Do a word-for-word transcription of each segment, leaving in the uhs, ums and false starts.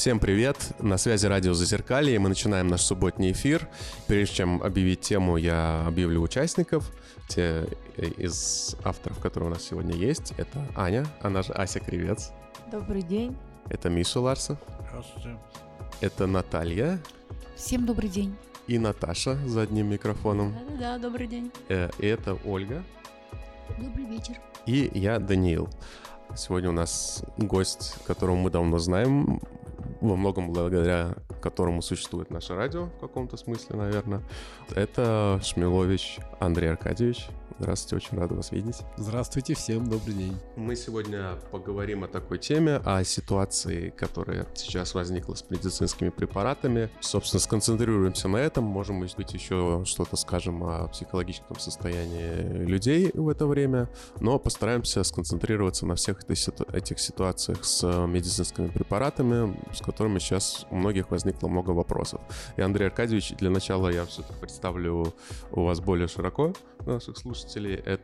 Всем привет, на связи радио Зазеркалье, и мы начинаем наш субботний эфир. Прежде чем объявить тему, я объявлю участников. Те из авторов, которые у нас сегодня есть, это Аня, она же Ася Кривец. Добрый день. Это Миша Ларса. Здравствуйте. Это Наталья. Всем добрый день. И Наташа за одним микрофоном. Да-да-да, добрый день. Э, И это Ольга. Добрый вечер. И я, Даниил. Сегодня у нас гость, которого мы давно знаем, во многом благодаря которому существует наше радио, в каком-то смысле, наверное. Это Шмилович Андрей Аркадьевич. Здравствуйте, очень рад вас видеть. Здравствуйте, всем добрый день. Мы сегодня поговорим о такой теме, о ситуации, которая сейчас возникла с медицинскими препаратами. Собственно, сконцентрируемся на этом. Можем, может быть, еще что-то скажем о психологическом состоянии людей в это время, но постараемся сконцентрироваться на всех этих ситуациях с медицинскими препаратами, с которыми сейчас у многих возникло много вопросов. И, Андрей Аркадьевич, для начала я все-таки представлю у вас более широко наших слушателей.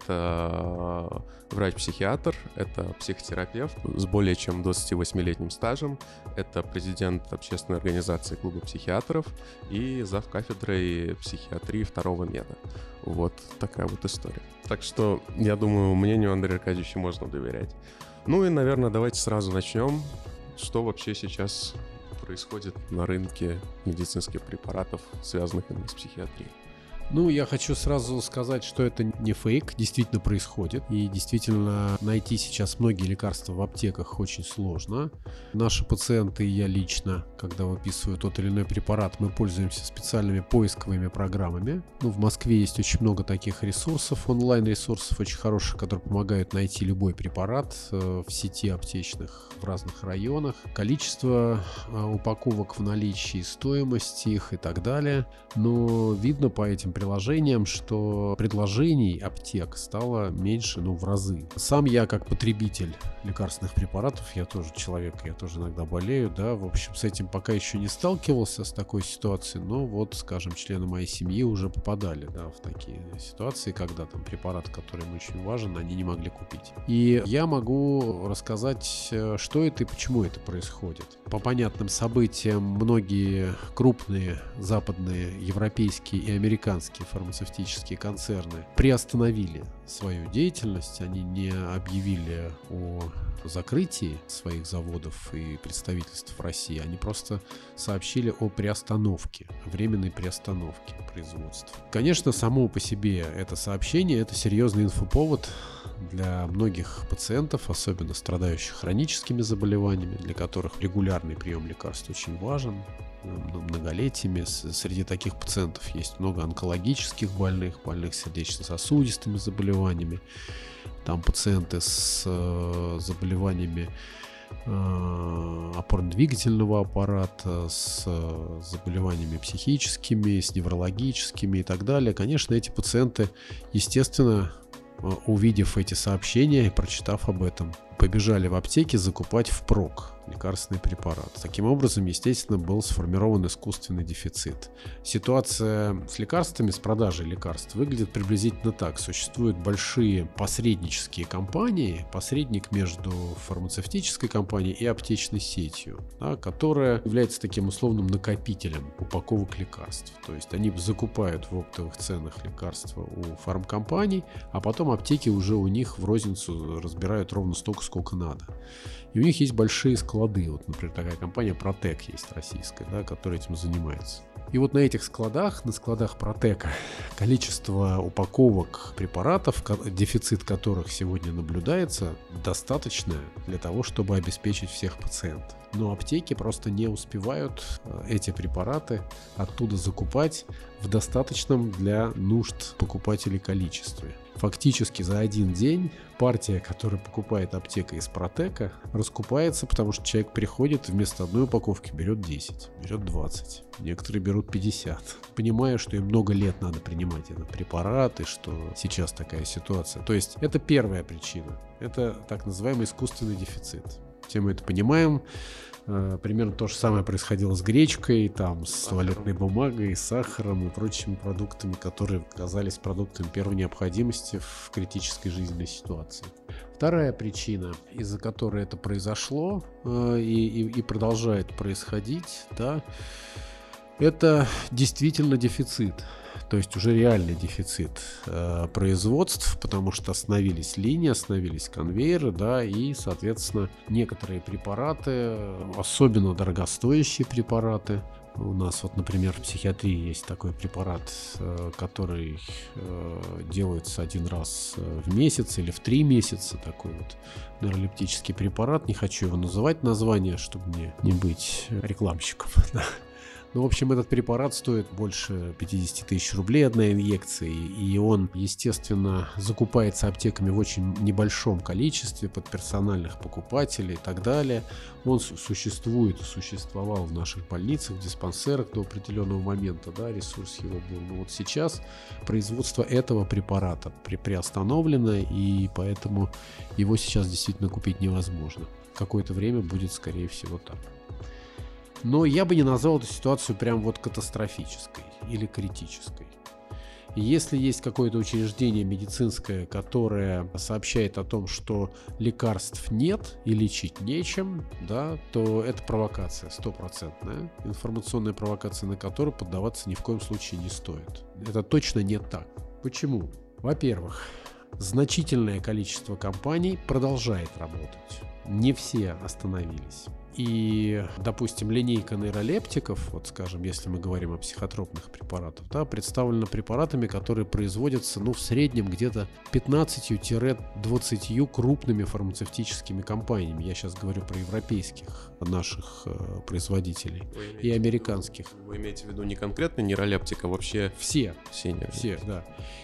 Это врач-психиатр, это психотерапевт с более чем двадцативосьмилетним стажем, это президент общественной организации клуба психиатров и зав. Кафедрой психиатрии второго меда. Вот такая вот история. Так что, я думаю, мнению Андрея Аркадьевича можно доверять. Ну и, наверное, давайте сразу начнем. Что вообще сейчас происходит на рынке медицинских препаратов, связанных именно с психиатрией? Ну, я хочу сразу сказать, что это не фейк, действительно происходит. И действительно найти сейчас многие лекарства в аптеках очень сложно. Наши пациенты и я лично, когда выписываю тот или иной препарат, мы пользуемся специальными поисковыми программами. Ну, в Москве есть очень много таких ресурсов, онлайн-ресурсов очень хороших, которые помогают найти любой препарат в сети аптечных в разных районах. Количество упаковок в наличии, стоимость их и так далее. Но видно по этим приложениям, что предложений аптек стало меньше, ну, в разы. Сам я, как потребитель лекарственных препаратов, я тоже человек, я тоже иногда болею, да, в общем, с этим пока еще не сталкивался, с такой ситуацией, но вот, скажем, члены моей семьи уже попадали, да, в такие ситуации, когда там препарат, который им очень важен, они не могли купить. И я могу рассказать, что это и почему это происходит. По понятным событиям многие крупные западные, европейские и американские фармацевтические концерны приостановили свою деятельность, они не объявили о закрытии своих заводов и представительств в России, они просто сообщили о приостановке, временной приостановке производства. Конечно, само по себе это сообщение, это серьезный инфоповод для многих пациентов, особенно страдающих хроническими заболеваниями, для которых регулярный прием лекарств очень важен. Многолетиями среди таких пациентов есть много онкологических больных, больных сердечно-сосудистыми заболеваниями. Там пациенты с э, заболеваниями э, опорно-двигательного аппарата, с э, заболеваниями психическими, с неврологическими и так далее. Конечно, эти пациенты, естественно, увидев эти сообщения и прочитав об этом, побежали в аптеки закупать впрок лекарственный препарат. Таким образом, естественно, был сформирован искусственный дефицит. Ситуация с лекарствами, с продажей лекарств выглядит приблизительно так. Существуют большие посреднические компании, посредник между фармацевтической компанией и аптечной сетью, да, которая является таким условным накопителем упаковок лекарств. То есть они закупают в оптовых ценах лекарства у фармкомпаний, а потом аптеки уже у них в розницу разбирают ровно столько, сколько надо. И у них есть большие склады. Вот, например, такая компания Протек есть российская, да, которая этим занимается. И вот на этих складах, на складах Протека, количество упаковок препаратов, дефицит которых сегодня наблюдается, достаточно для того, чтобы обеспечить всех пациентов. Но аптеки просто не успевают эти препараты оттуда закупать в достаточном для нужд покупателей количестве. Фактически за один день партия, которую покупает аптека из Протека, раскупается, потому что человек приходит, вместо одной упаковки берет десять, берет двадцать, некоторые берут пятьдесят. Понимая, что им много лет надо принимать этот препарат и что сейчас такая ситуация. То есть это первая причина. Это так называемый искусственный дефицит. Все мы это понимаем. Примерно то же самое происходило с гречкой, там, с туалетной бумагой, с сахаром и прочими продуктами, которые оказались продуктами первой необходимости в критической жизненной ситуации. Вторая причина, из-за которой это произошло э, и, и, и продолжает происходить, да, это действительно дефицит. То есть уже реальный дефицит э, производств, потому что остановились линии, остановились конвейеры, да, и, соответственно, некоторые препараты, особенно дорогостоящие препараты, у нас вот, например, в психиатрии есть такой препарат, э, который э, делается один раз в месяц или в три месяца, такой вот нейролептический препарат, не хочу его называть название, чтобы не, не быть рекламщиком. Ну, в общем, этот препарат стоит больше пятьдесят тысяч рублей одной инъекции, и он, естественно, закупается аптеками в очень небольшом количестве под персональных покупателей и так далее. Он существует, существовал в наших больницах, в диспансерах до определенного момента, да, ресурс его был. Но вот сейчас производство этого препарата при- приостановлено, и поэтому его сейчас действительно купить невозможно. Какое-то время будет, скорее всего, так. Но я бы не назвал эту ситуацию прям вот катастрофической или критической. И если есть какое-то учреждение медицинское, которое сообщает о том, что лекарств нет и лечить нечем, да, то это провокация стопроцентная, информационная провокация, на которую поддаваться ни в коем случае не стоит. Это точно не так. Почему? Во-первых, значительное количество компаний продолжает работать. Не все остановились. И, допустим, линейка нейролептиков, вот скажем, если мы говорим о психотропных препаратах, да, представлена препаратами, которые производятся, ну, в среднем где-то пятнадцатью-двадцатью крупными фармацевтическими компаниями. Я сейчас говорю про европейских наших э, производителей и американских. Вы имеете в виду не конкретно нейролептика, а вообще все? Все, все, да.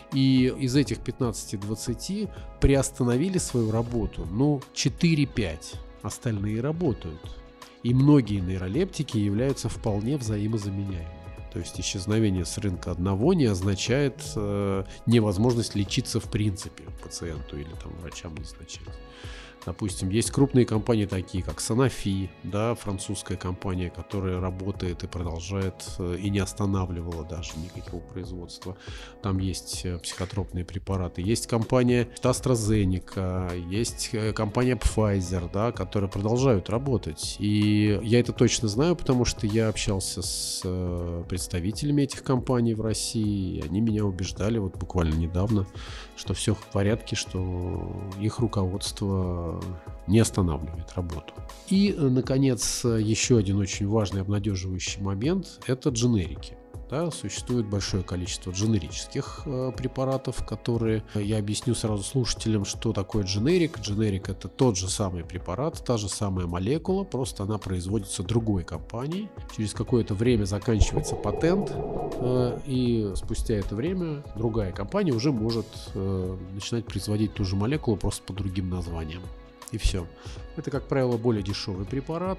И из этих пятнадцати-двадцати приостановили свою работу, ну, четыре-пять. Остальные работают. И многие нейролептики являются вполне взаимозаменяемыми. То есть исчезновение с рынка одного не означает э, невозможность лечиться в принципе пациенту или там врачам назначать. Допустим, есть крупные компании, такие как Sanofi, да, французская компания, которая работает и продолжает, и не останавливала даже никакого производства. Там есть психотропные препараты. Есть компания AstraZeneca, есть компания Pfizer, да, которые продолжают работать. И я это точно знаю, потому что я общался с представителями этих компаний в России, и они меня убеждали вот буквально недавно, что все в порядке, что их руководство не останавливает работу. И, наконец, еще один очень важный обнадеживающий момент – это дженерики. Да, существует большое количество дженерических э, препаратов, которые, я объясню сразу слушателям, что такое дженерик. Дженерик – это тот же самый препарат, та же самая молекула, просто она производится другой компанией. Через какое-то время заканчивается патент, э, и спустя это время другая компания уже может э, начинать производить ту же молекулу, просто по другим названиям. И все. Это, как правило, более дешевый препарат,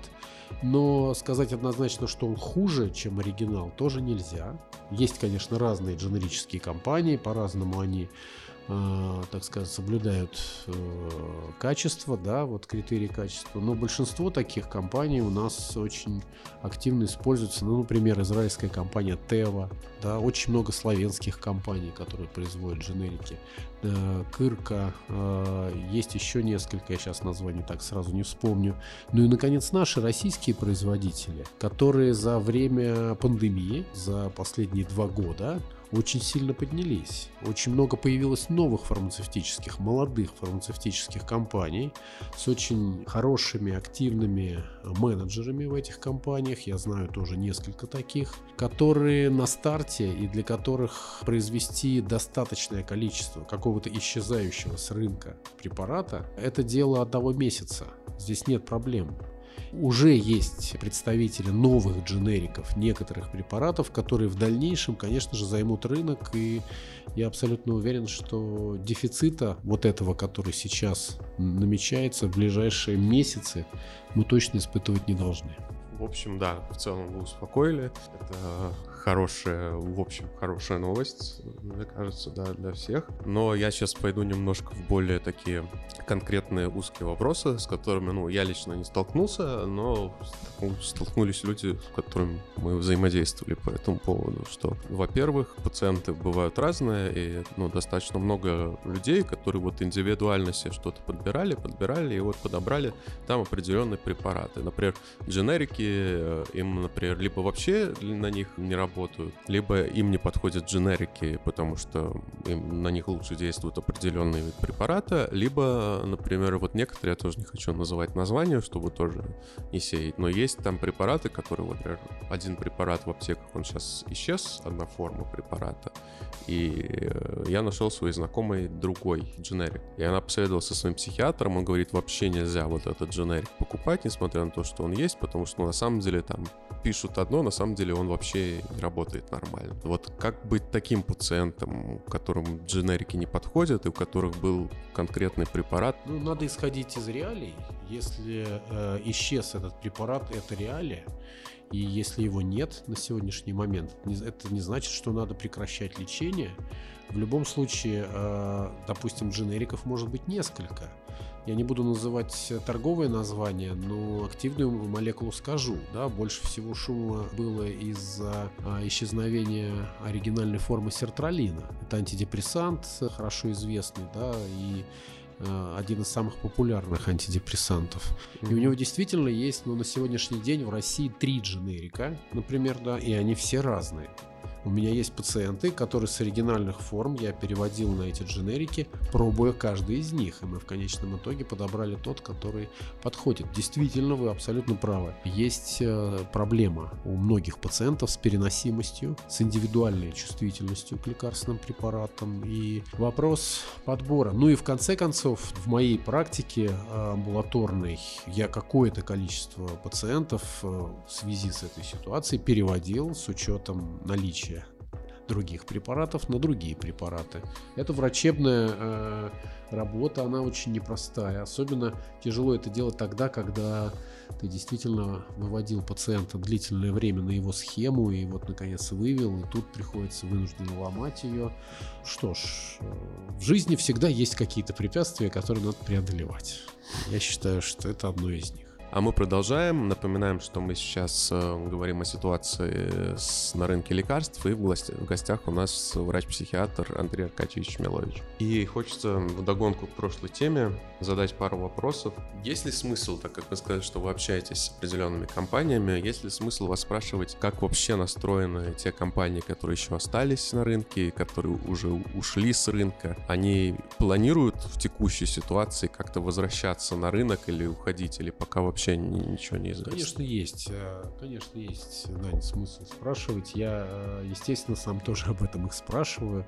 но сказать однозначно, что он хуже, чем оригинал, тоже нельзя. Есть, конечно, разные дженерические компании, по-разному они, э, так сказать, соблюдают э, качество, да, вот критерии качества, но большинство таких компаний у нас очень активно используются. Ну, например, израильская компания Teva, да, очень много славянских компаний, которые производят дженерики. Кырка, есть еще несколько, я сейчас название так сразу не вспомню. Ну и, наконец, наши российские производители, которые за время пандемии, за последние два года очень сильно поднялись. Очень много появилось новых фармацевтических, молодых фармацевтических компаний с очень хорошими, активными менеджерами в этих компаниях. Я знаю тоже несколько таких, которые на старте и для которых произвести достаточное количество какого-то исчезающего с рынка препарата – это дело одного месяца. Здесь нет проблем. Уже есть представители новых дженериков некоторых препаратов, которые в дальнейшем, конечно же, займут рынок, и я абсолютно уверен, что дефицита вот этого, который сейчас намечается в ближайшие месяцы, мы точно испытывать не должны. В общем, да, в целом вы успокоили. Это хорошая, в общем, хорошая новость, мне кажется, да, для всех. Но я сейчас пойду немножко в более такие конкретные узкие вопросы, с которыми, ну, я лично не столкнулся, но столкнулись люди, с которыми мы взаимодействовали по этому поводу, что, во-первых, пациенты бывают разные, и, ну, достаточно много людей, которые вот индивидуально себе что-то подбирали, подбирали, и вот подобрали там определенные препараты. Например, дженерики, им, например, либо вообще на них не работают, либо им не подходят дженерики, потому что им, на них лучше действуют определенные вид препарата, либо, например, вот некоторые, я тоже не хочу называть названия, чтобы тоже не сеять, но есть там препараты, которые, вот, например, один препарат в аптеках, он сейчас исчез, одна форма препарата, и я нашел своей знакомой другой дженерик, и она посоветовалась со своим психиатром, он говорит, вообще нельзя вот этот дженерик покупать, несмотря на то, что он есть, потому что, ну, на самом деле там пишут одно, на самом деле он вообще не работает нормально. Вот как быть таким пациентом, которым дженерики не подходят и у которых был конкретный препарат? Ну, надо исходить из реалий. Если э, исчез этот препарат, это реалия. И если его нет на сегодняшний момент, это не значит, что надо прекращать лечение. В любом случае, э, допустим, дженериков может быть несколько. Я не буду называть торговое название, но активную молекулу скажу. Да, больше всего шума было из-за а, исчезновения оригинальной формы сертралина. Это антидепрессант, хорошо известный, да, и а, один из самых популярных антидепрессантов. Mm-hmm. И у него действительно есть, ну, на сегодняшний день в России три дженерика, например, да, и они все разные. У меня есть пациенты, которые с оригинальных форм я переводил на эти дженерики, пробуя каждый из них. И мы в конечном итоге подобрали тот, который подходит. Действительно, вы абсолютно правы. Есть э, проблема у многих пациентов с переносимостью, с индивидуальной чувствительностью к лекарственным препаратам. И вопрос подбора. Ну и в конце концов, в моей практике э, амбулаторной я какое-то количество пациентов э, в связи с этой ситуацией переводил с учетом наличия других препаратов на другие препараты. Это врачебная э, работа, она очень непростая. Особенно тяжело это делать тогда, когда ты действительно выводил пациента длительное время на его схему и вот наконец вывел, и тут приходится вынужденно ломать ее. Что ж, э, в жизни всегда есть какие-то препятствия, которые надо преодолевать. Я считаю, что это одно из них. А мы продолжаем. Напоминаем, что мы сейчас э, говорим о ситуации с, на рынке лекарств, и в, гости, в гостях у нас врач-психиатр Андрей Аркадьевич Милович. И хочется вдогонку к прошлой теме задать пару вопросов. Есть ли смысл, так как вы сказали, что вы общаетесь с определенными компаниями, есть ли смысл вас спрашивать, как вообще настроены те компании, которые еще остались на рынке, которые уже ушли с рынка? Они планируют в текущей ситуации как-то возвращаться на рынок или уходить, или пока вообще ничего не известно? Конечно, есть. Конечно, есть, Дань, смысл спрашивать. Я, естественно, сам тоже об этом их спрашиваю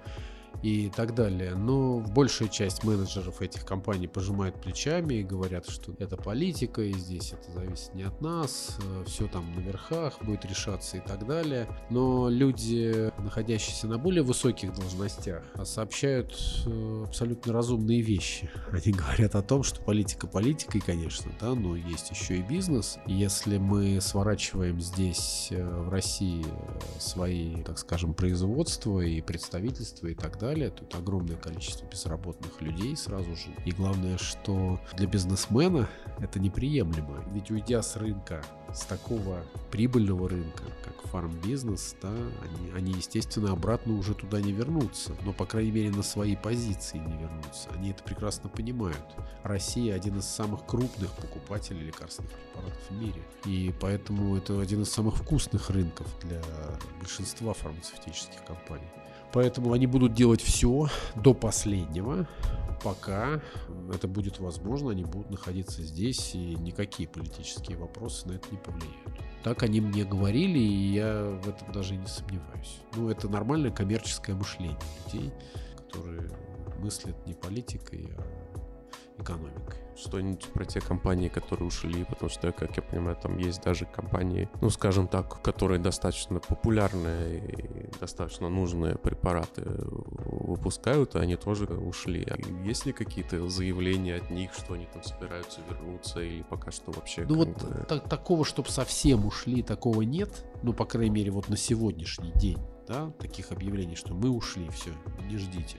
и так далее. Но большая часть менеджеров этих компаний пожимает плечами и говорят, что это политика, и здесь это зависит не от нас, все там на верхах будет решаться и так далее. Но люди, находящиеся на более высоких должностях, сообщают абсолютно разумные вещи. Они говорят о том, что политика политикой, конечно, да, но есть еще и бизнес. Если мы сворачиваем здесь в России свои, так скажем, производства и представительства и так далее, далее, тут огромное количество безработных людей сразу же. И главное, что для бизнесмена это неприемлемо. Ведь уйдя с рынка, с такого прибыльного рынка, как фармбизнес, да, они, они, естественно, обратно уже туда не вернутся. Но, по крайней мере, на свои позиции не вернутся. Они это прекрасно понимают. Россия один из самых крупных покупателей лекарственных препаратов в мире. И поэтому это один из самых вкусных рынков для большинства фармацевтических компаний. Поэтому они будут делать все до последнего, пока это будет возможно, они будут находиться здесь, и никакие политические вопросы на это не повлияют. Так они мне говорили, и я в этом даже не сомневаюсь. Ну, это нормальное коммерческое мышление людей, которые мыслят не политикой, а экономикой. Что-нибудь про те компании, которые ушли, потому что, как я понимаю, там есть даже компании, ну, скажем так, которые достаточно популярные и достаточно нужные препараты выпускают, и они тоже ушли. Есть ли какие-то заявления от них, что они там собираются вернуться, или пока что вообще... Ну вот бы... так, такого, чтобы совсем ушли, такого нет, ну, по крайней мере, вот на сегодняшний день, да, таких объявлений, что мы ушли, все, не ждите.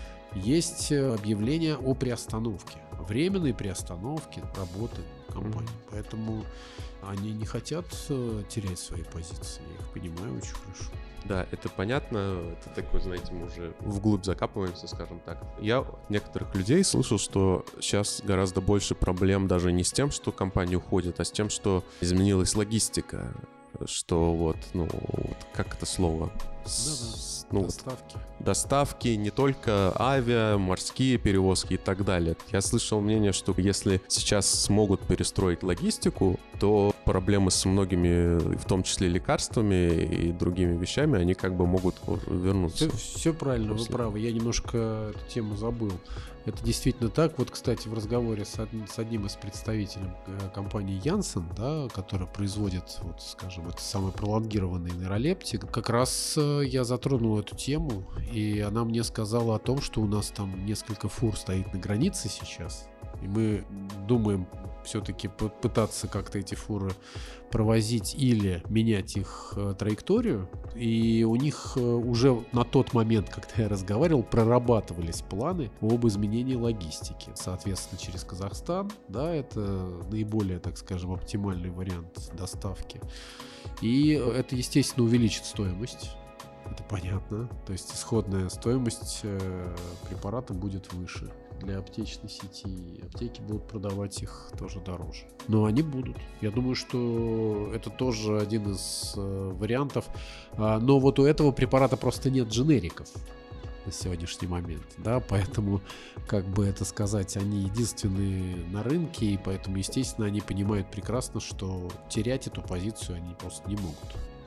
Есть объявления о приостановке, временной приостановке работы компании. Mm-hmm. Поэтому они не хотят терять свои позиции. Я их понимаю очень хорошо. Да, это понятно. Это такой, знаете, мы уже вглубь закапываемся, скажем так. Я от некоторых людей слышал, что сейчас гораздо больше проблем даже не с тем, что компания уходит, а с тем, что изменилась логистика. Что вот, ну, как это слово? С, ну, доставки. Доставки, не только авиа, морские перевозки и так далее. Я слышал мнение, что если сейчас смогут перестроить логистику, то проблемы с многими, в том числе лекарствами и другими вещами, они как бы могут вернуться. Все, все правильно, после. Вы правы. Я немножко эту тему забыл. Это действительно так. Вот, кстати, в разговоре с, од... с одним из представителей компании Janssen, да, которая производит, вот, скажем, это самый пролонгированный нейролептик, как раз я затронул эту тему, и она мне сказала о том, что у нас там несколько фур стоит на границе сейчас, и мы думаем все-таки пытаться как-то эти фуры провозить или менять их э, траекторию. И у них э, уже на тот момент, когда я разговаривал, прорабатывались планы об изменении логистики. Соответственно, через Казахстан, да, это наиболее, так скажем, оптимальный вариант доставки. И это, естественно, увеличит стоимость. Это понятно. То есть исходная стоимость э, препарата будет выше. Для аптечной сети. Аптеки будут продавать их тоже дороже. Но они будут. Я думаю, что это тоже один из э, вариантов. А, но вот у этого препарата просто нет дженериков на сегодняшний момент. Да? Поэтому, как бы это сказать, они единственные на рынке. И поэтому, естественно, они понимают прекрасно, что терять эту позицию они просто не могут.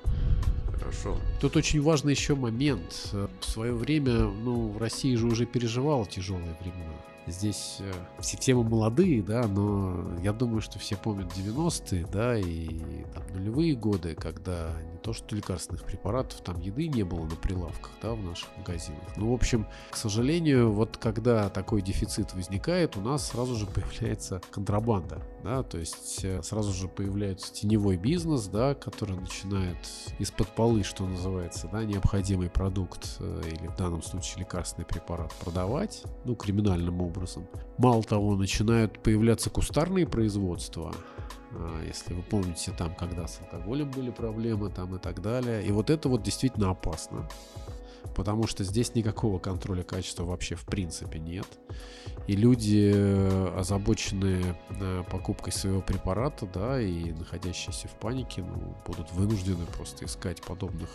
Хорошо. Тут очень важный еще момент. В свое время, ну, в России же уже переживала тяжелые времена. Здесь э, все, все мы молодые, да, но я думаю, что все помнят девяностые, да, и там, нулевые годы, когда не то что лекарственных препаратов, там еды не было на прилавках, да, в наших магазинах. Ну, в общем, к сожалению, вот когда такой дефицит возникает, у нас сразу же появляется контрабанда, да, то есть э, сразу же появляется теневой бизнес, да, который начинает из-под полы, что называется, да, необходимый продукт э, или в данном случае лекарственный препарат продавать, ну, криминальным образом. Образом. Мало того, начинают появляться кустарные производства. Если вы помните, там, когда с алкоголем были проблемы, там и так далее. И вот это вот действительно опасно. Потому что здесь никакого контроля качества вообще в принципе нет. И люди, озабоченные покупкой своего препарата, да, и находящиеся в панике, ну, будут вынуждены просто искать подобных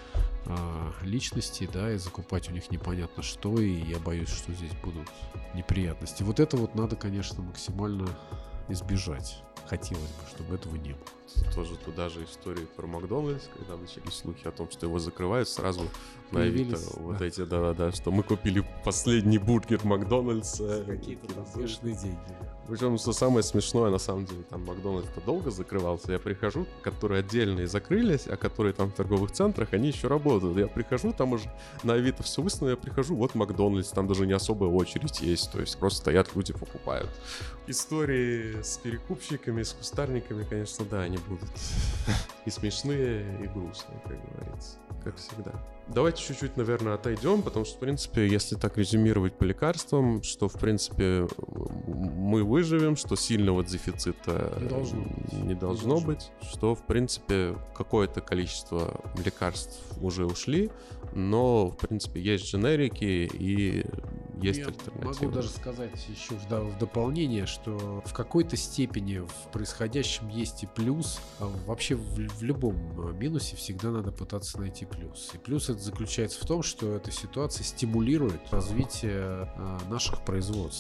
личностей, да, и закупать у них непонятно что, и я боюсь, что здесь будут неприятности. Вот это вот надо, конечно, максимально избежать. Хотелось бы, чтобы этого не было. Тоже туда же истории про Макдональдс, когда начались слухи о том, что его закрывают, сразу на Авито вот эти, да-да-да, что мы купили последний бургер Макдональдса. Какие-то там смешные деньги. Причем, что самое смешное, на самом деле, там Макдональдс-то долго закрывался. Я прихожу, которые отдельные закрылись, а которые там в торговых центрах, они еще работают. Я прихожу, там уже на Авито все выставлено, я прихожу, вот Макдональдс, там даже не особая очередь есть, то есть просто стоят, люди покупают. Истории с перекупщиками, с кустарниками, конечно, да, они будут и смешные, и грустные, как говорится, как всегда. Давайте чуть-чуть, наверное, отойдем, потому что, в принципе, если так резюмировать по лекарствам, что, в принципе, мы выживем, что сильного дефицита не должно, не должно не быть, что, в принципе, какое-то количество лекарств уже ушли, но, в принципе, есть дженерики и есть Я альтернативы. Могу даже сказать еще в, да, в дополнение, что в какой-то степени в происходящем есть и плюс. А вообще в, в любом минусе всегда надо пытаться найти плюс. И плюс это заключается в том, что эта ситуация стимулирует развитие а, наших производств.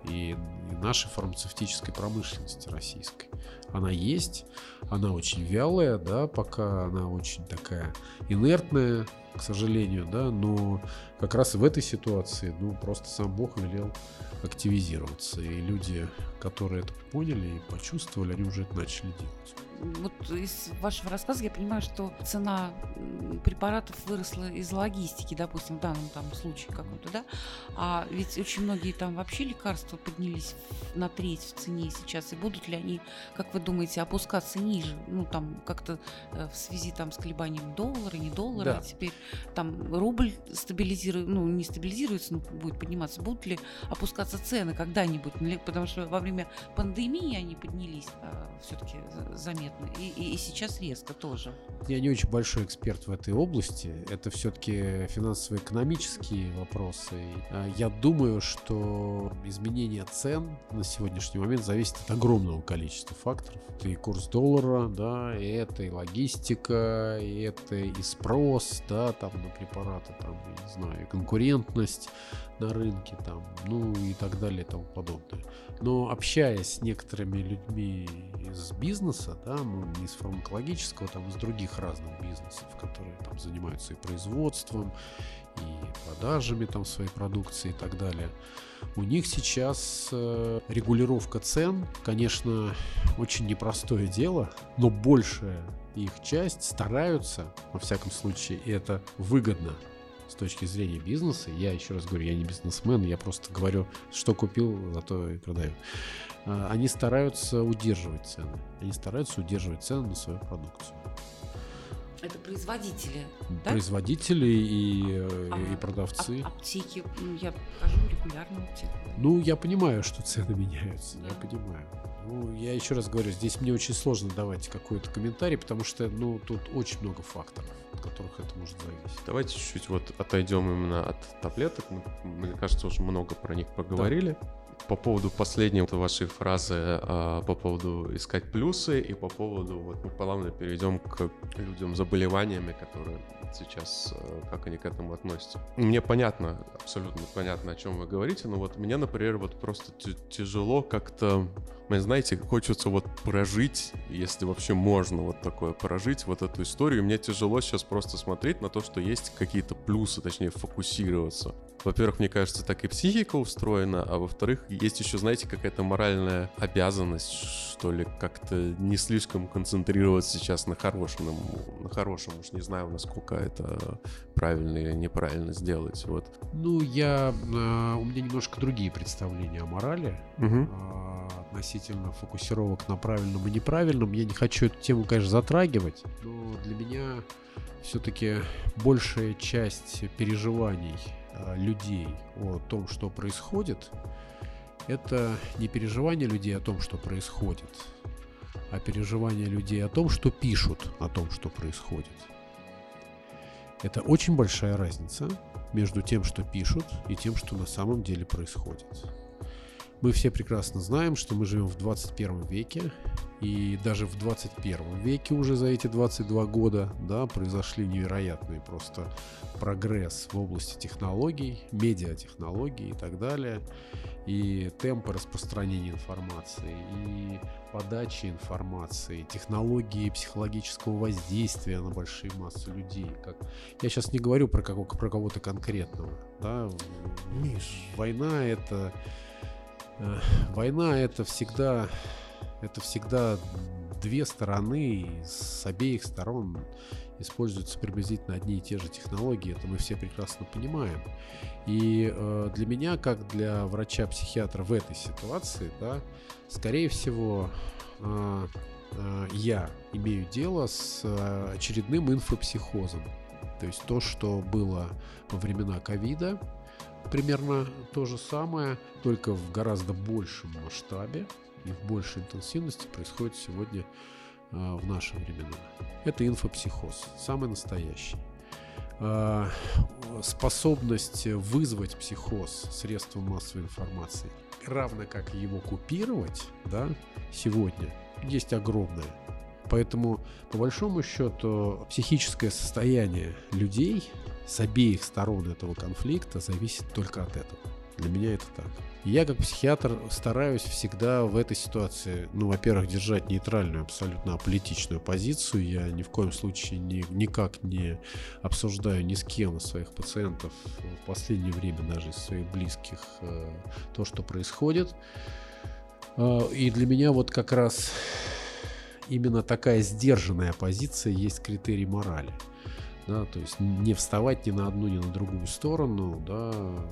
и, и нашей фармацевтической промышленности российской. Она есть, она очень вялая, да, пока она очень такая инертная, к сожалению, да, но как раз в этой ситуации, ну, просто сам Бог велел активизироваться, и люди, которые это поняли и почувствовали, они уже это начали делать. Вот из вашего рассказа я понимаю, что цена препаратов выросла из логистики, допустим, в данном там случае каком-то, да? А ведь очень многие там вообще лекарства поднялись на треть в цене сейчас, и будут ли они, как вы думаете, опускаться ниже? Ну, там как-то в связи там с колебанием доллара, не доллара, Да. а теперь там рубль стабилизирует, ну, не стабилизируется, но будет подниматься. Будут ли опускаться цены когда-нибудь? Потому что во время пандемии они поднялись а, все-таки заметно. И, и, и сейчас резко тоже. Я не очень большой эксперт в этой области. Это все-таки финансово-экономические вопросы. Я думаю, что изменение цен на сегодняшний момент зависит от огромного количества факторов. Это и курс доллара, да, и это и логистика, и это и спрос, да, там на препараты, там, я не знаю, и конкурентность на рынке, там, ну и так далее и тому подобное. Но общаясь с некоторыми людьми из бизнеса, да, ну не из фармакологического, там из других разных бизнесов, которые там занимаются и производством, и продажами там своей продукции и так далее, у них сейчас э, регулировка цен, конечно, очень непростое дело, но большая их часть стараются, во всяком случае, и это выгодно с точки зрения бизнеса. Я еще раз говорю, я не бизнесмен, я просто говорю, что купил, зато и продаю. Они стараются удерживать цены. Они стараются удерживать цены на свою продукцию. Это производители, да? Производители и, А, и продавцы. а- аптеки, ну, я хожу регулярно в аптеку. Ну, я понимаю, что цены меняются, Да. я понимаю. Ну, я еще раз говорю, здесь мне очень сложно давать какой-то комментарий, потому что, ну, тут очень много факторов, от которых это может зависеть. Давайте чуть-чуть вот отойдем именно от таблеток. Мы, мне кажется, уже много про них поговорили. По поводу последней вот вашей фразы, а, по поводу искать плюсы, и по поводу, вот мы плавно перейдем к людям с заболеваниями, которые сейчас, а, как они к этому относятся. Мне понятно, абсолютно понятно, о чем вы говорите, но вот мне, например, вот просто т- тяжело как-то, мне, знаете, хочется вот прожить, если вообще можно вот такое прожить, вот эту историю. Мне тяжело сейчас просто смотреть на то, что есть какие-то плюсы, точнее, фокусироваться. Во-первых, мне кажется, так и психика устроена, а во-вторых, есть еще, знаете, какая-то моральная обязанность, что ли, как-то не слишком концентрироваться сейчас на хорошем, на хорошем, уж не знаю, насколько это правильно или неправильно сделать, вот. Ну, я, а, у меня немножко другие представления о морали. Угу. а, относительно фокусировок на правильном и неправильном. Я не хочу эту тему, конечно, затрагивать, но для меня все-таки большая часть переживаний а, людей о том, что происходит, это не переживание людей о том, что происходит, а переживание людей о том, что пишут о том, что происходит. Это очень большая разница между тем, что пишут, и тем, что на самом деле происходит. Мы все прекрасно знаем, что мы живем в двадцать первом веке, и даже в двадцать первом веке уже за эти двадцать два года, да, произошли невероятный просто прогресс в области технологий, медиатехнологий и так далее, и темпы распространения информации, и подачи информации, технологии психологического воздействия на большие массы людей. Как... Я сейчас не говорю про, кого- про кого-то конкретного. Да? Миш. Война это... Э, Война это всегда, это всегда две стороны, и с обеих сторон используются приблизительно одни и те же технологии, это мы все прекрасно понимаем. И э, для меня, как для врача-психиатра в этой ситуации, да, скорее всего, э, э, я имею дело с э, очередным инфопсихозом. То есть то, что было во времена ковида, примерно то же самое, только в гораздо большем масштабе и в большей интенсивности происходит сегодня э, в наши времена. Это инфопсихоз, самый настоящий. Э, способность вызвать психоз средством массовой информации, равно как его купировать, да, сегодня, есть огромное. Поэтому, по большому счету, психическое состояние людей с обеих сторон этого конфликта зависит только от этого. Для меня это так. Я как психиатр стараюсь всегда в этой ситуации, ну, во-первых, держать нейтральную, абсолютно аполитичную позицию. Я ни в коем случае ни, никак не обсуждаю ни с кем из своих пациентов в последнее время, даже из своих близких, то, что происходит. И для меня вот как раз именно такая сдержанная позиция есть критерий морали. Да, то есть не вставать ни на одну, ни на другую сторону, да,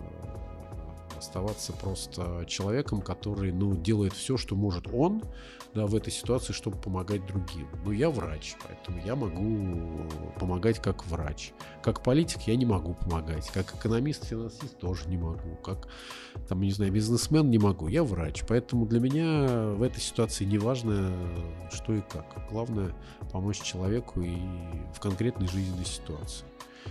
оставаться просто человеком, который, ну, делает все, что может он, да, в этой ситуации, чтобы помогать другим. Ну, я врач, поэтому я могу помогать как врач. Как политик я не могу помогать. Как экономист, финансист тоже не могу. Как, там, не знаю, бизнесмен не могу. Я врач. Поэтому для меня в этой ситуации не важно, что и как. Главное помочь человеку и в конкретной жизненной ситуации.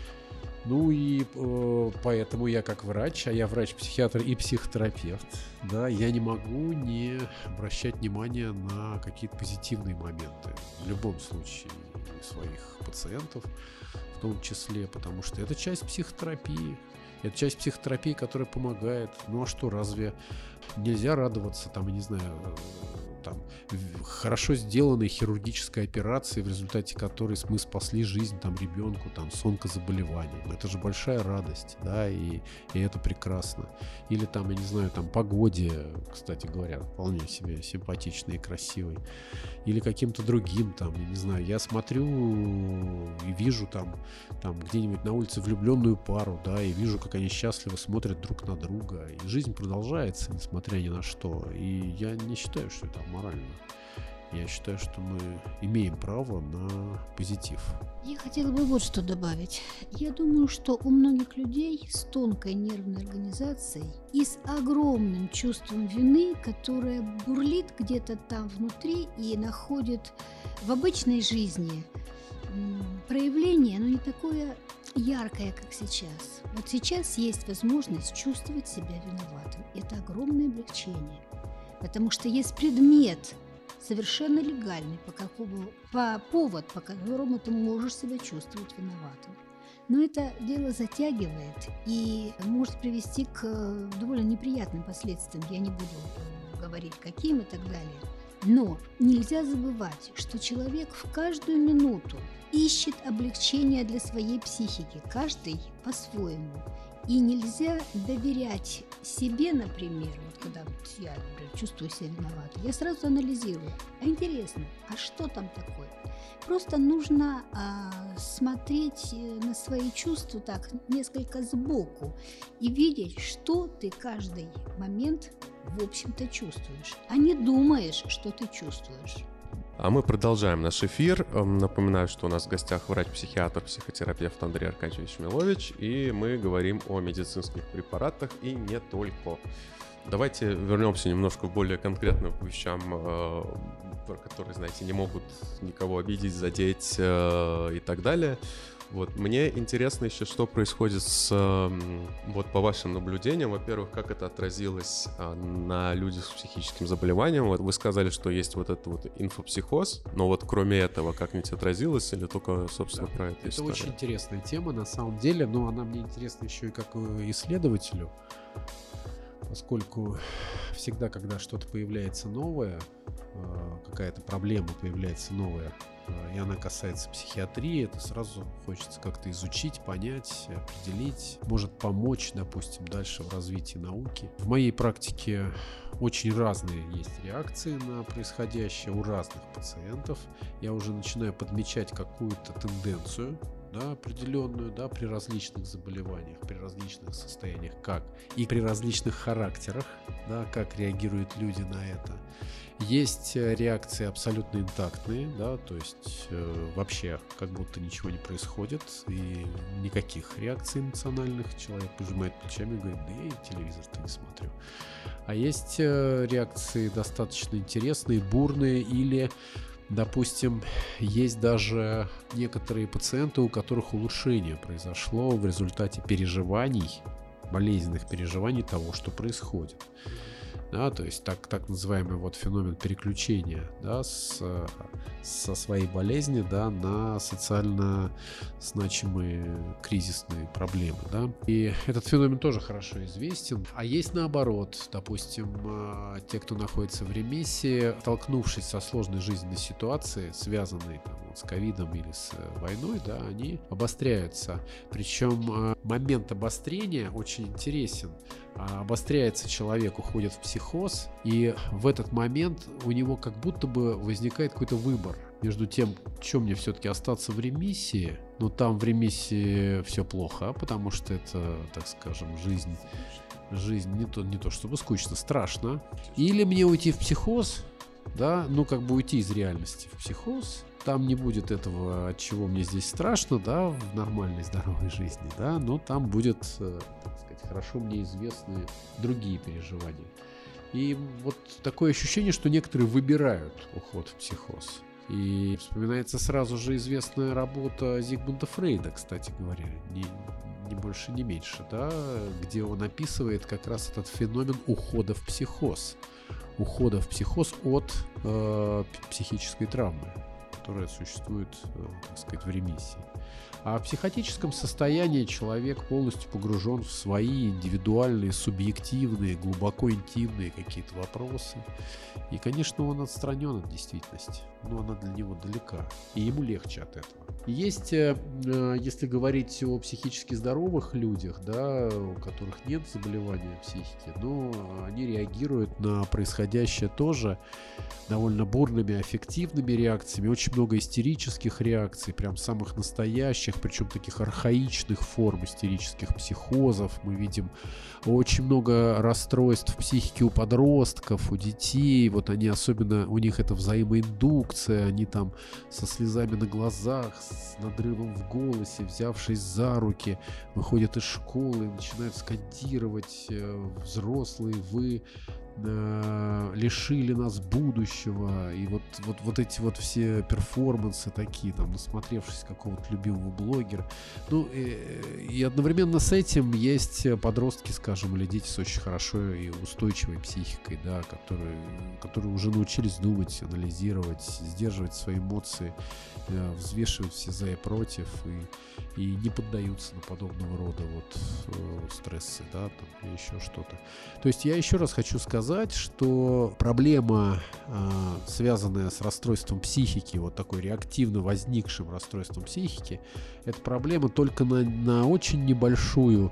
Ну и э, поэтому я как врач, а я врач-психиатр и психотерапевт, да, я не могу не обращать внимание на какие-то позитивные моменты в любом случае своих пациентов, в том числе, потому что это часть психотерапии, это часть психотерапии, которая помогает. Ну а что, разве нельзя радоваться, там, я не знаю, там, хорошо сделанной хирургической операции, в результате которой мы спасли жизнь там ребенку там, с онкозаболеванием. Это же большая радость, да, и, и это прекрасно. Или там, я не знаю, там погоде, кстати говоря, вполне себе симпатичной и красивой. Или каким-то другим, там, я не знаю, я смотрю и вижу там, там где-нибудь на улице влюбленную пару, да, и вижу, как они счастливо смотрят друг на друга. И жизнь продолжается, несмотря ни на что. И я не считаю, что это морально. Я считаю, что мы имеем право на позитив. Я хотела бы вот что добавить. Я думаю, что у многих людей с тонкой нервной организацией и с огромным чувством вины, которое бурлит где-то там внутри и находит в обычной жизни проявление, но не такое яркое, как сейчас. Вот сейчас есть возможность чувствовать себя виноватым. Это огромное облегчение. Потому что есть предмет, совершенно легальный, по какому, по повод, по которому ты можешь себя чувствовать виноватым. Но это дело затягивает и может привести к довольно неприятным последствиям. Я не буду говорить, каким и так далее. Но нельзя забывать, что человек в каждую минуту ищет облегчение для своей психики, каждый по-своему. И нельзя доверять себе, например, вот когда вот я, например, чувствую себя виноватой, я сразу анализирую. А интересно, а что там такое? Просто нужно а, смотреть на свои чувства так несколько сбоку и видеть, что ты каждый момент, в общем-то, чувствуешь, а не думаешь, что ты чувствуешь. А мы продолжаем наш эфир. Напоминаю, что у нас в гостях врач-психиатр, психотерапевт Андрей Аркадьевич Милович, и мы говорим о медицинских препаратах и не только. Давайте вернемся немножко к более конкретным вещам, про которые, знаете, не могут никого обидеть, задеть и так далее. Вот, мне интересно еще, что происходит с, вот по вашим наблюдениям, во-первых, как это отразилось на людях с психическим заболеванием. Вот вы сказали, что есть вот этот вот инфопсихоз, но вот кроме этого как-нибудь отразилось или только, собственно, да, про это история? Это очень интересная тема на самом деле, но она мне интересна еще и как исследователю, поскольку всегда, когда что-то появляется новое, какая-то проблема появляется новая, и она касается психиатрии, это сразу хочется как-то изучить, понять, определить, может помочь, допустим, дальше в развитии науки. В моей практике очень разные есть реакции на происходящее у разных пациентов. Я уже начинаю подмечать какую-то тенденцию, да, определенную, да, при различных заболеваниях, при различных состояниях, как и при различных характерах, да, как реагируют люди на это. Есть реакции абсолютно интактные, да, то есть э, вообще как будто ничего не происходит и никаких реакций эмоциональных. Человек пожимает плечами и говорит: да я и телевизор-то не смотрю. А есть э, реакции достаточно интересные, бурные, или, допустим, есть даже некоторые пациенты, у которых улучшение произошло в результате переживаний, болезненных переживаний того, что происходит. Да, то есть так, так называемый вот феномен переключения, да, с, со своей болезни, да, на социально значимые кризисные проблемы. Да. И этот феномен тоже хорошо известен. А есть наоборот, допустим, те, кто находится в ремиссии, столкнувшись со сложной жизненной ситуацией, связанной там, вот, с ковидом или с войной, да, они обостряются. Причем момент обострения очень интересен. Обостряется человек, уходит в психоз, и в этот момент у него как будто бы возникает какой-то выбор между тем, чем мне все-таки остаться в ремиссии, но там в ремиссии все плохо, потому что это, так скажем, жизнь, жизнь не то, не то чтобы скучно, страшно, или мне уйти в психоз, да, ну как бы уйти из реальности в психоз. Там не будет этого, от чего мне здесь страшно, да, в нормальной здоровой жизни, да, но там будет, так сказать, хорошо мне известны другие переживания. И вот такое ощущение, что некоторые выбирают уход в психоз. И вспоминается сразу же известная работа Зигмунда Фрейда, кстати говоря, не, не больше, не меньше, да, где он описывает как раз этот феномен ухода в психоз. Ухода в психоз от э, психической травмы, которая существует, так сказать, в ремиссии. А в психотическом состоянии человек полностью погружен в свои индивидуальные, субъективные, глубоко интимные какие-то вопросы. И, конечно, он отстранен от действительности, но она для него далека, и ему легче от этого. Есть, если говорить о психически здоровых людях, да, у которых нет заболевания психики, но они реагируют на происходящее тоже довольно бурными аффективными реакциями, очень много истерических реакций, прям самых настоящих, причем таких архаичных форм истерических психозов. Мы видим очень много расстройств психики у подростков, у детей. Вот они особенно, у них это взаимоиндукция, они там со слезами на глазах, с надрывом в голосе, взявшись за руки, выходят из школы и начинают скандировать: взрослые, вы лишили нас будущего. И вот, вот, вот эти вот все перформансы такие, там, насмотревшись какого-то любимого блогера. Ну, и, и одновременно с этим есть подростки, скажем, или дети с очень хорошей и устойчивой психикой, да, которые, которые уже научились думать, анализировать, сдерживать свои эмоции, взвешивать все за и против, и, и не поддаются на подобного рода вот э, стрессы, да, там, или еще что-то. То есть я еще раз хочу сказать, что проблема, э, связанная с расстройством психики, вот такой реактивно возникшим расстройством психики, это проблема только на, на очень небольшую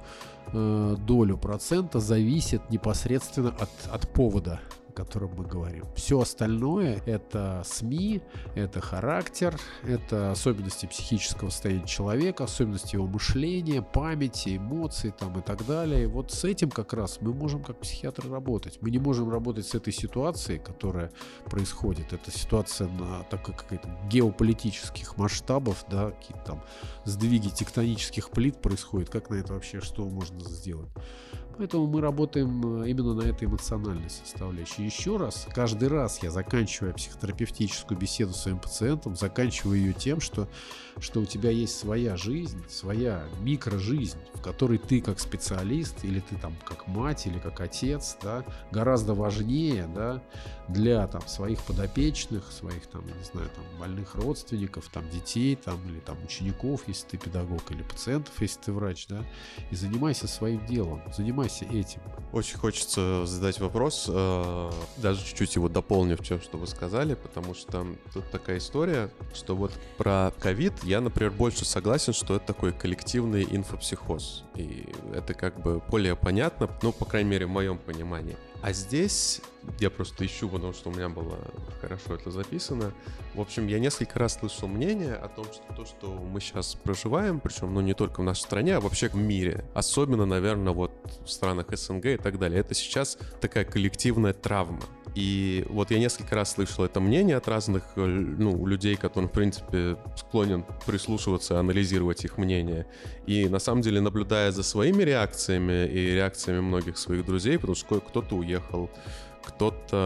э, долю процента зависит непосредственно от, от повода, о котором мы говорим. Все остальное — это СМИ, это характер, это особенности психического состояния человека, особенности его мышления, памяти, эмоций там, и так далее. И вот с этим как раз мы можем как психиатры работать. Мы не можем работать с этой ситуацией, которая происходит. Это ситуация на такой каких-то геополитических масштабов, да, какие-то там сдвиги тектонических плит происходят. Как на это вообще, что можно сделать? Поэтому мы работаем именно на этой эмоциональной составляющей. Еще раз, каждый раз я заканчиваю психотерапевтическую беседу с своим пациентом, заканчиваю ее тем, что, что у тебя есть своя жизнь, своя микрожизнь, в которой ты как специалист, или ты там как мать, или как отец, да, гораздо важнее, да, для там своих подопечных, своих там, не знаю, там больных родственников, там детей, там, или там учеников, если ты педагог, или пациентов, если ты врач, да, и занимайся своим делом, занимайся этим. Очень хочется задать вопрос, э, даже чуть-чуть его дополнив тем, что вы сказали, потому что тут такая история, что вот про ковид я, например, больше согласен, что это такой коллективный инфопсихоз. И это как бы более понятно, ну, по крайней мере, в моем понимании. А здесь я просто ищу, потому что у меня было хорошо это записано. В общем, я несколько раз слышал мнение о том, что то, что мы сейчас проживаем, причем, ну, не только в нашей стране, а вообще в мире, особенно, наверное, вот в странах СНГ и так далее, это сейчас такая коллективная травма. И вот я несколько раз слышал это мнение от разных, ну, людей, которым, в принципе, склонен прислушиваться, анализировать их мнение. И на самом деле, наблюдая за своими реакциями и реакциями многих своих друзей, потому что кто-то уехал, кто-то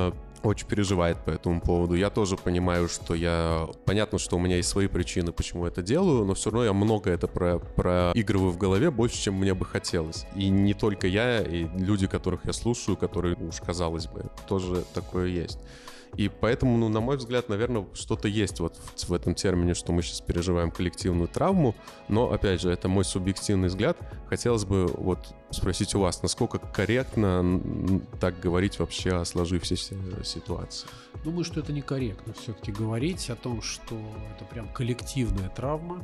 очень переживает по этому поводу. Я тоже понимаю, что я... Понятно, что у меня есть свои причины, почему я это делаю, но все равно я много это про... проигрываю в голове больше, чем мне бы хотелось. И не только я, и люди, которых я слушаю, которые, уж казалось бы, тоже такое есть. И поэтому, ну, на мой взгляд, наверное, что-то есть вот в, в этом термине, что мы сейчас переживаем коллективную травму. Но, опять же, это мой субъективный взгляд. Хотелось бы вот спросить у вас, насколько корректно так говорить вообще о сложившейся ситуации? Думаю, что это некорректно все-таки говорить о том, что это прям коллективная травма.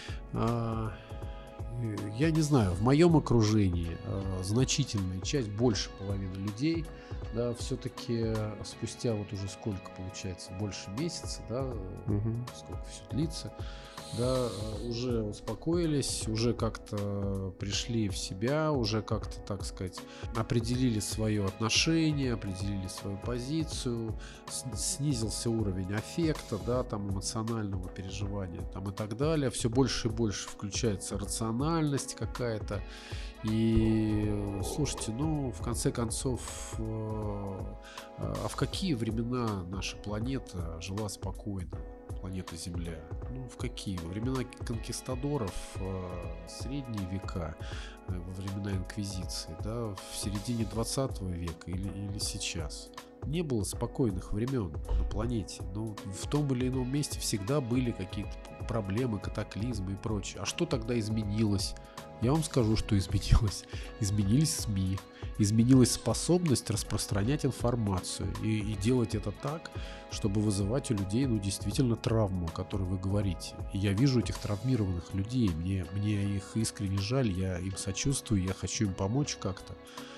Я не знаю, в моем окружении значительная часть, больше половины людей, да, все-таки спустя вот уже сколько получается, больше месяца, да, угу. сколько все длится, да, уже успокоились, уже как-то пришли в себя, уже как-то, так сказать, определили свое отношение, определили свою позицию, снизился уровень аффекта, да, там, эмоционального переживания, там, и так далее. Все больше и больше включается рациональность какая-то. И слушайте, ну, в конце концов, а в какие времена наша планета жила спокойно? Планета Земля. Ну, в какие? Во времена конкистадоров, средние века, во времена инквизиции, да, в середине двадцатого века или, или сейчас. Не было спокойных времен на планете, но в том или ином месте всегда были какие-то проблемы, катаклизмы и прочее. А что тогда изменилось? Я вам скажу, что изменилось. Изменились СМИ, изменилась способность распространять информацию и, и делать это так, чтобы вызывать у людей, ну, действительно травму, о которой вы говорите. И я вижу этих травмированных людей, мне, мне их искренне жаль, я им сочувствую, я хочу им помочь как-то.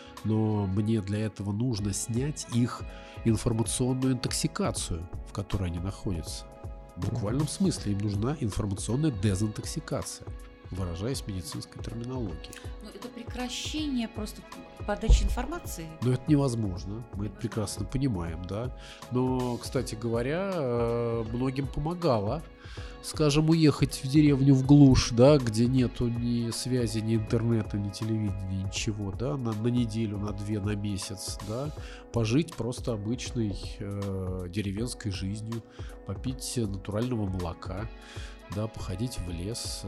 Но мне для этого нужно снять их информационную интоксикацию, в которой они находятся. В буквальном смысле им нужна информационная дезинтоксикация, выражаясь в медицинской терминологии. Но это прекращение просто подачи информации? Но это невозможно, мы это прекрасно понимаем, да. Но, кстати говоря, многим помогало, скажем, уехать в деревню в глушь, да, где нету ни связи, ни интернета, ни телевидения, ничего, да, на, на неделю, на две, на месяц, да, пожить просто обычной э, деревенской жизнью, попить натурального молока, да, походить в лес,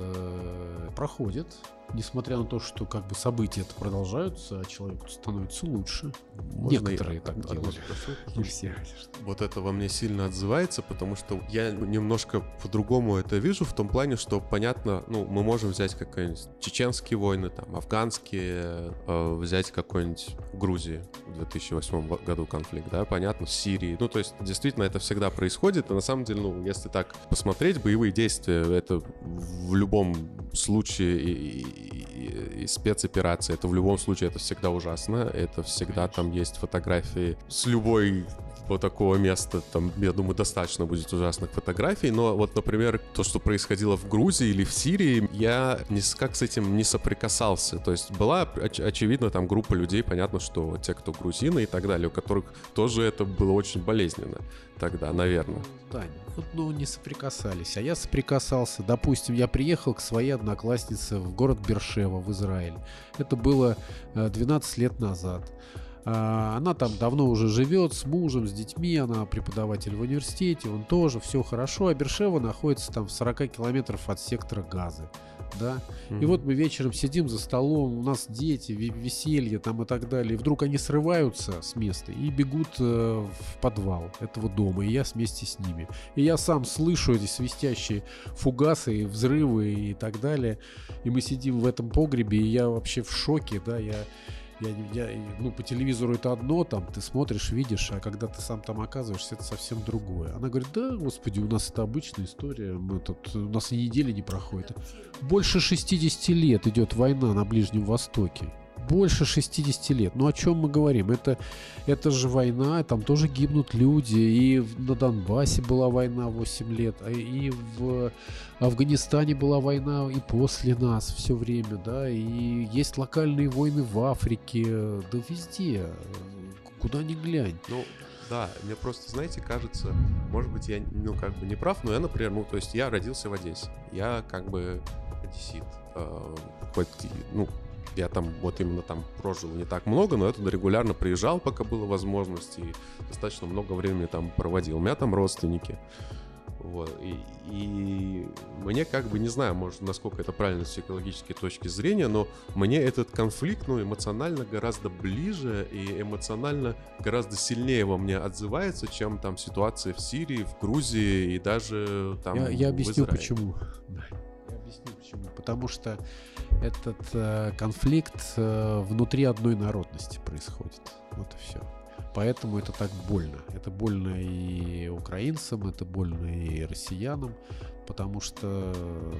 э, проходит. Несмотря на то, что как бы события это продолжаются, а человеку становится лучше. Можно некоторые так од- делают. Не все. Вот это во мне сильно отзывается, потому что я немножко по-другому это вижу, в том плане, что понятно, ну, мы можем взять какие-нибудь чеченские войны, там, афганские, э, взять какой-нибудь в Грузии в две тысячи восьмом году конфликт, да, понятно, в Сирии. Ну, то есть, действительно, это всегда происходит, и на самом деле, ну, если так посмотреть, боевые действия, это в любом случае и, и, и спецоперации, это в любом случае, это всегда ужасно, это всегда там есть фотографии с любой вот такого места, там, я думаю, достаточно будет ужасных фотографий, но вот, например, то, что происходило в Грузии или в Сирии, я никак с этим не соприкасался, то есть была, оч- очевидно, там группа людей, понятно, что те, кто грузины и так далее, у которых тоже это было очень болезненно тогда, наверное. Да, вот, ну, не соприкасались, а я соприкасался. Допустим, я приехал к своей однокласснице в город Бершева в Израиль. Это было двенадцать лет назад. Она там давно уже живет с мужем, с детьми, она преподаватель в университете, он тоже, все хорошо, а Бершева находится там в сорока километров от сектора Газы, да, mm-hmm. И вот мы вечером сидим за столом, у нас дети, веселье там и так далее, и вдруг они срываются с места и бегут э, в подвал этого дома, и я вместе с ними, и я сам слышу эти свистящие фугасы, взрывы и так далее, и мы сидим в этом погребе, и я вообще в шоке, да, я... Я, я, ну, по телевизору это одно, там, ты смотришь, видишь, а когда ты сам там оказываешься, это совсем другое. Она говорит, да, господи, у нас это обычная история, мы тут, у нас и недели не проходит. Больше шестьдесят лет идет война на Ближнем Востоке. Больше шестьдесят лет. Ну, о чем мы говорим? Это, это же война, там тоже гибнут люди. И на Донбассе была война восемь лет, и в Афганистане была война и после нас все время, да. И есть локальные войны в Африке, да везде, куда ни глянь. Ну, да, мне просто, знаете, кажется, может быть, я, ну, как бы не прав, но я, например, ну, то есть я родился в Одессе. Я как бы одессит. Э, хоть, ну, Я там вот именно там прожил не так много, но я туда регулярно приезжал, пока была возможность, и достаточно много времени там проводил. У меня там родственники. Вот. И, и мне как бы, не знаю, может, насколько это правильно с психологической точки зрения, но мне этот конфликт, ну, эмоционально гораздо ближе и эмоционально гораздо сильнее во мне отзывается, чем там ситуация в Сирии, в Грузии и даже там Я, я в объясню, Израиле. почему. Я объясню, почему. Потому что этот э, конфликт э, внутри одной народности происходит. Вот и все. Поэтому это так больно. Это больно и украинцам, это больно и россиянам, потому что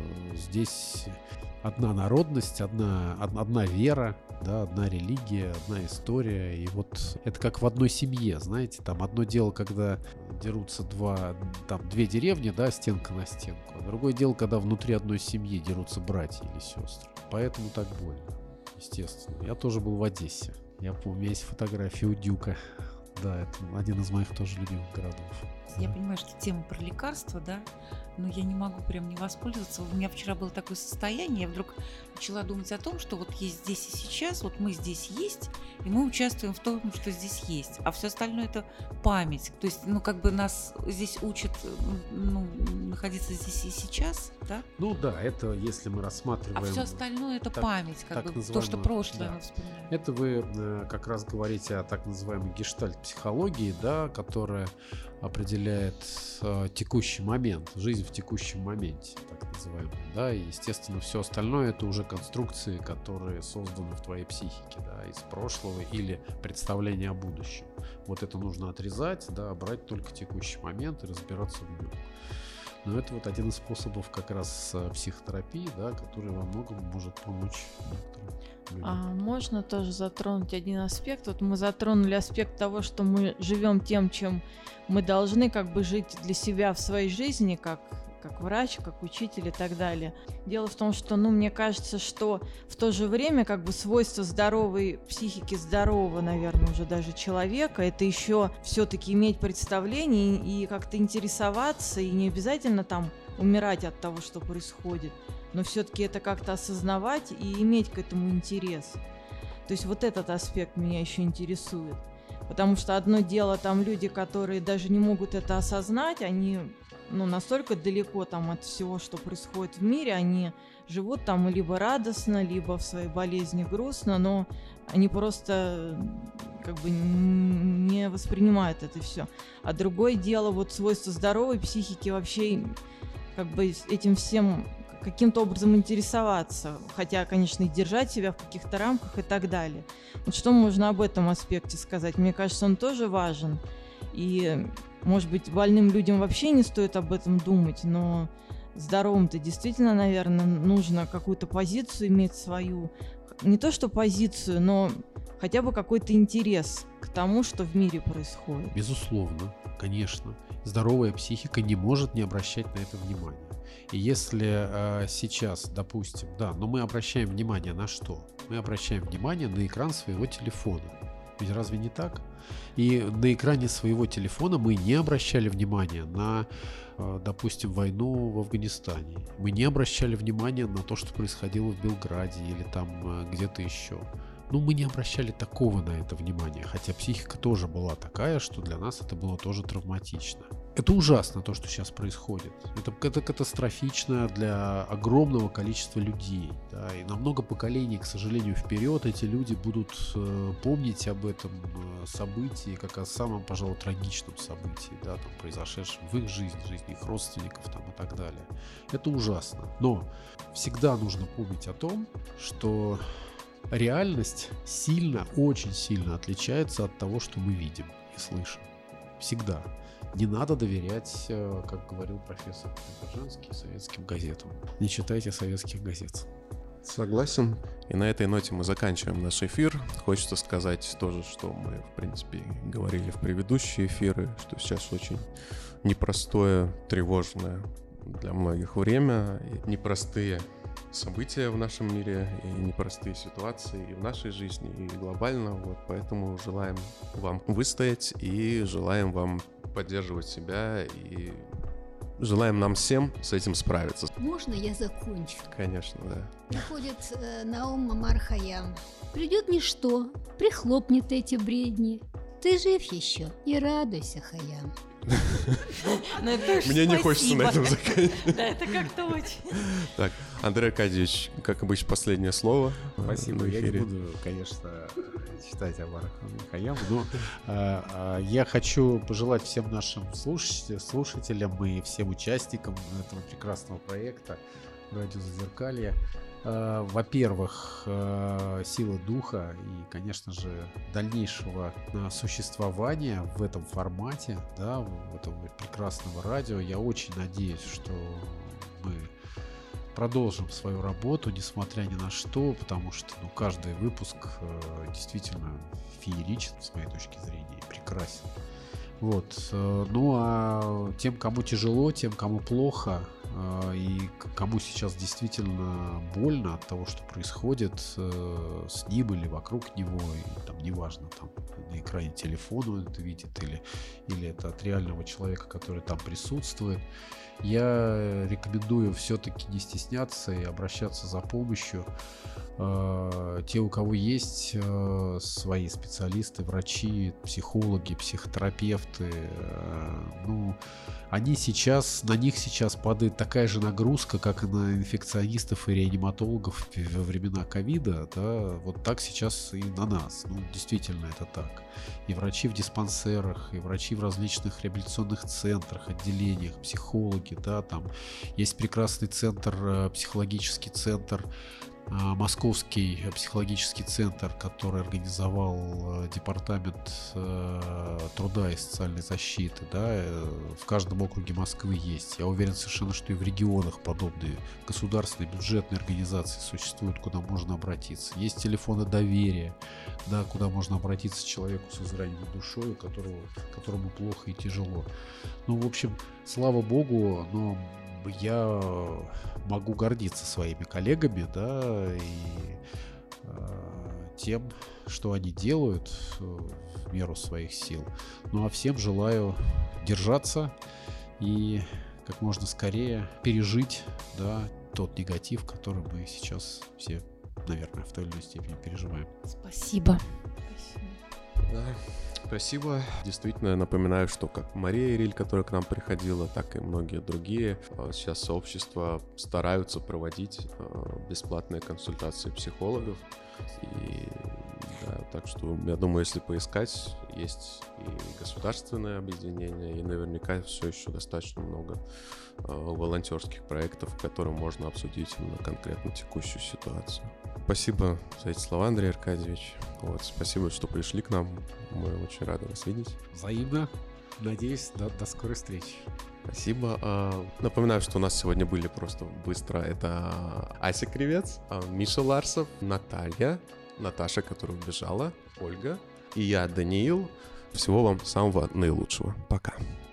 здесь одна народность, одна, одна вера, да, одна религия, одна история. И вот это как в одной семье, знаете, там одно дело, когда дерутся два, там две деревни, да, стенка на стенку, а другое дело, когда внутри одной семьи дерутся братья или сестры. Поэтому так больно, естественно. Я тоже был в Одессе. Я помню, у меня есть фотографии у Дюка. Да, это один из моих тоже любимых городов. Я понимаю, что тема про лекарства, да, но я не могу прям не воспользоваться. У меня вчера было такое состояние, я вдруг начала думать о том, что вот есть здесь и сейчас, вот мы здесь есть, и мы участвуем в том, что здесь есть, а все остальное это память. То есть, ну, как бы нас здесь учат, ну, находиться здесь и сейчас, да? Ну да, это если мы рассматриваем... А все остальное это так, память, как бы то, что прошлое, да, мы вспоминаем. Это вы э, как раз говорите о так называемой гештальт-психологии, да, которая определяет э, текущий момент, жизнь в текущем моменте, так называемый, да, и, естественно, все остальное это уже конструкции, которые созданы в твоей психике, да, из прошлого или представления о будущем. Вот это нужно отрезать, да, брать только текущий момент и разбираться в нем. Но это вот один из способов как раз психотерапии, да, который во многом может помочь некоторым людям. А можно тоже затронуть один аспект? Вот мы затронули аспект того, что мы живем тем, чем мы должны как бы жить для себя в своей жизни, как, как врач, как учитель и так далее. Дело в том, что, ну, мне кажется, что в то же время как бы свойство здоровой психики, здорового, наверное, уже даже человека, это еще все-таки иметь представление и как-то интересоваться, и не обязательно там умирать от того, что происходит, но все-таки это как-то осознавать и иметь к этому интерес. То есть вот этот аспект меня еще интересует. Потому что одно дело там люди, которые даже не могут это осознать, они, ну, настолько далеко там от всего, что происходит в мире, они живут там либо радостно, либо в своей болезни грустно, но они просто как бы не воспринимают это все. А другое дело, вот свойство здоровой психики вообще как бы этим всем каким-то образом интересоваться, хотя, конечно, и держать себя в каких-то рамках и так далее. Вот что можно об этом аспекте сказать? Мне кажется, он тоже важен. И, может быть, больным людям вообще не стоит об этом думать, но здоровым-то действительно, наверное, нужно какую-то позицию иметь свою. Не то что позицию, но хотя бы какой-то интерес к тому, что в мире происходит. Безусловно, конечно. Здоровая психика не может не обращать на это внимания. И если э, сейчас, допустим, да, но мы обращаем внимание на что? Мы обращаем внимание на экран своего телефона. Ведь разве не так? И на экране своего телефона мы не обращали внимания на, э, допустим, войну в Афганистане. Мы не обращали внимания на то, что происходило в Белграде или там э, где-то еще. Ну, мы не обращали такого на это внимания, хотя психика тоже была такая, что для нас это было тоже травматично. Это ужасно, то, что сейчас происходит. Это, это катастрофично для огромного количества людей. Да? И на много поколений, к сожалению, вперед эти люди будут э, помнить об этом э, событии, как о самом, пожалуй, трагичном событии, да, там, произошедшем в их жизни, в жизни их родственников там, и так далее. Это ужасно. Но всегда нужно помнить о том, что реальность сильно, очень сильно отличается от того, что мы видим и слышим. Всегда. Не надо доверять, как говорил профессор Преображенский, советским газетам. Не читайте советских газет. Согласен. И на этой ноте мы заканчиваем наш эфир. Хочется сказать тоже, что мы, в принципе, говорили в предыдущие эфиры, что сейчас очень непростое, тревожное для многих время, и непростые события в нашем мире, и непростые ситуации и в нашей жизни, и глобально. Вот, поэтому желаем вам выстоять и желаем вам поддерживать себя и Желаем нам всем с этим справиться. Можно я закончу? Конечно, да. Приходит э, Наум Омар Хайям. Придет ничто, прихлопнет эти бредни. Ты жив еще, и радуйся, Хайям. Мне не хочется на этом заканчивать. Да, это как-то очень. Так, Андрей Аркадьевич, как обычно, последнее слово. Спасибо. Я не буду, конечно, читать Омара Хайяма, но э, э, я хочу пожелать всем нашим слуш- слушателям и всем участникам этого прекрасного проекта «Радио Зазеркалье». Э, во-первых, э, силы духа и, конечно же, дальнейшего э, существования в этом формате, да, в этого прекрасного радио. Я очень надеюсь, что мы продолжим свою работу, несмотря ни на что, потому что ну, каждый выпуск э, действительно фееричен, с моей точки зрения, и прекрасен. Вот. Э, ну а тем, кому тяжело, тем, кому плохо, э, и кому сейчас действительно больно от того, что происходит э, с ним или вокруг него, и, там, неважно, там, на экране телефона он это видит, или, или это от реального человека, который там присутствует, я рекомендую все-таки не стесняться и обращаться за помощью. Те, у кого есть свои специалисты, врачи, психологи, психотерапевты, ну, они сейчас, на них сейчас падает такая же нагрузка, как и на инфекционистов и реаниматологов во времена ковида, да, вот так сейчас и на нас. Ну, действительно, это так. И врачи в диспансерах, и врачи в различных реабилитационных центрах, отделениях, психологи, да, там есть прекрасный центр, психологический центр, Московский психологический центр, который организовал департамент труда и социальной защиты, да, в каждом округе Москвы есть. Я уверен совершенно, что и в регионах подобные государственные бюджетные организации существуют, куда можно обратиться. Есть телефоны доверия, да, куда можно обратиться человеку с израненной душой, которого, которому плохо и тяжело. Ну, в общем, слава богу, но я могу гордиться своими коллегами, да, и э, тем, что они делают в меру своих сил. Ну а всем желаю держаться и как можно скорее пережить, да, тот негатив, который мы сейчас все, наверное, в той или иной степени переживаем. Спасибо. Да. Спасибо. Действительно, напоминаю, что как Мария Ириль, которая к нам приходила, так и многие другие, сейчас сообщества стараются проводить бесплатные консультации психологов. И да, так что, я думаю, если поискать, есть и государственное объединение, и наверняка все еще достаточно много волонтерских проектов, в которых можно обсудить именно конкретно текущую ситуацию. Спасибо за эти слова, Андрей Аркадьевич. Вот, спасибо, что пришли к нам. Мы очень рады вас видеть. Взаимно. Надеюсь, до, до скорой встречи. Спасибо. Напоминаю, что у нас сегодня были просто быстро. Это Ася Кривец, Миша Ларсов, Наталья, Наташа, которая убежала, Ольга и я, Даниил. Всего вам самого наилучшего. Пока.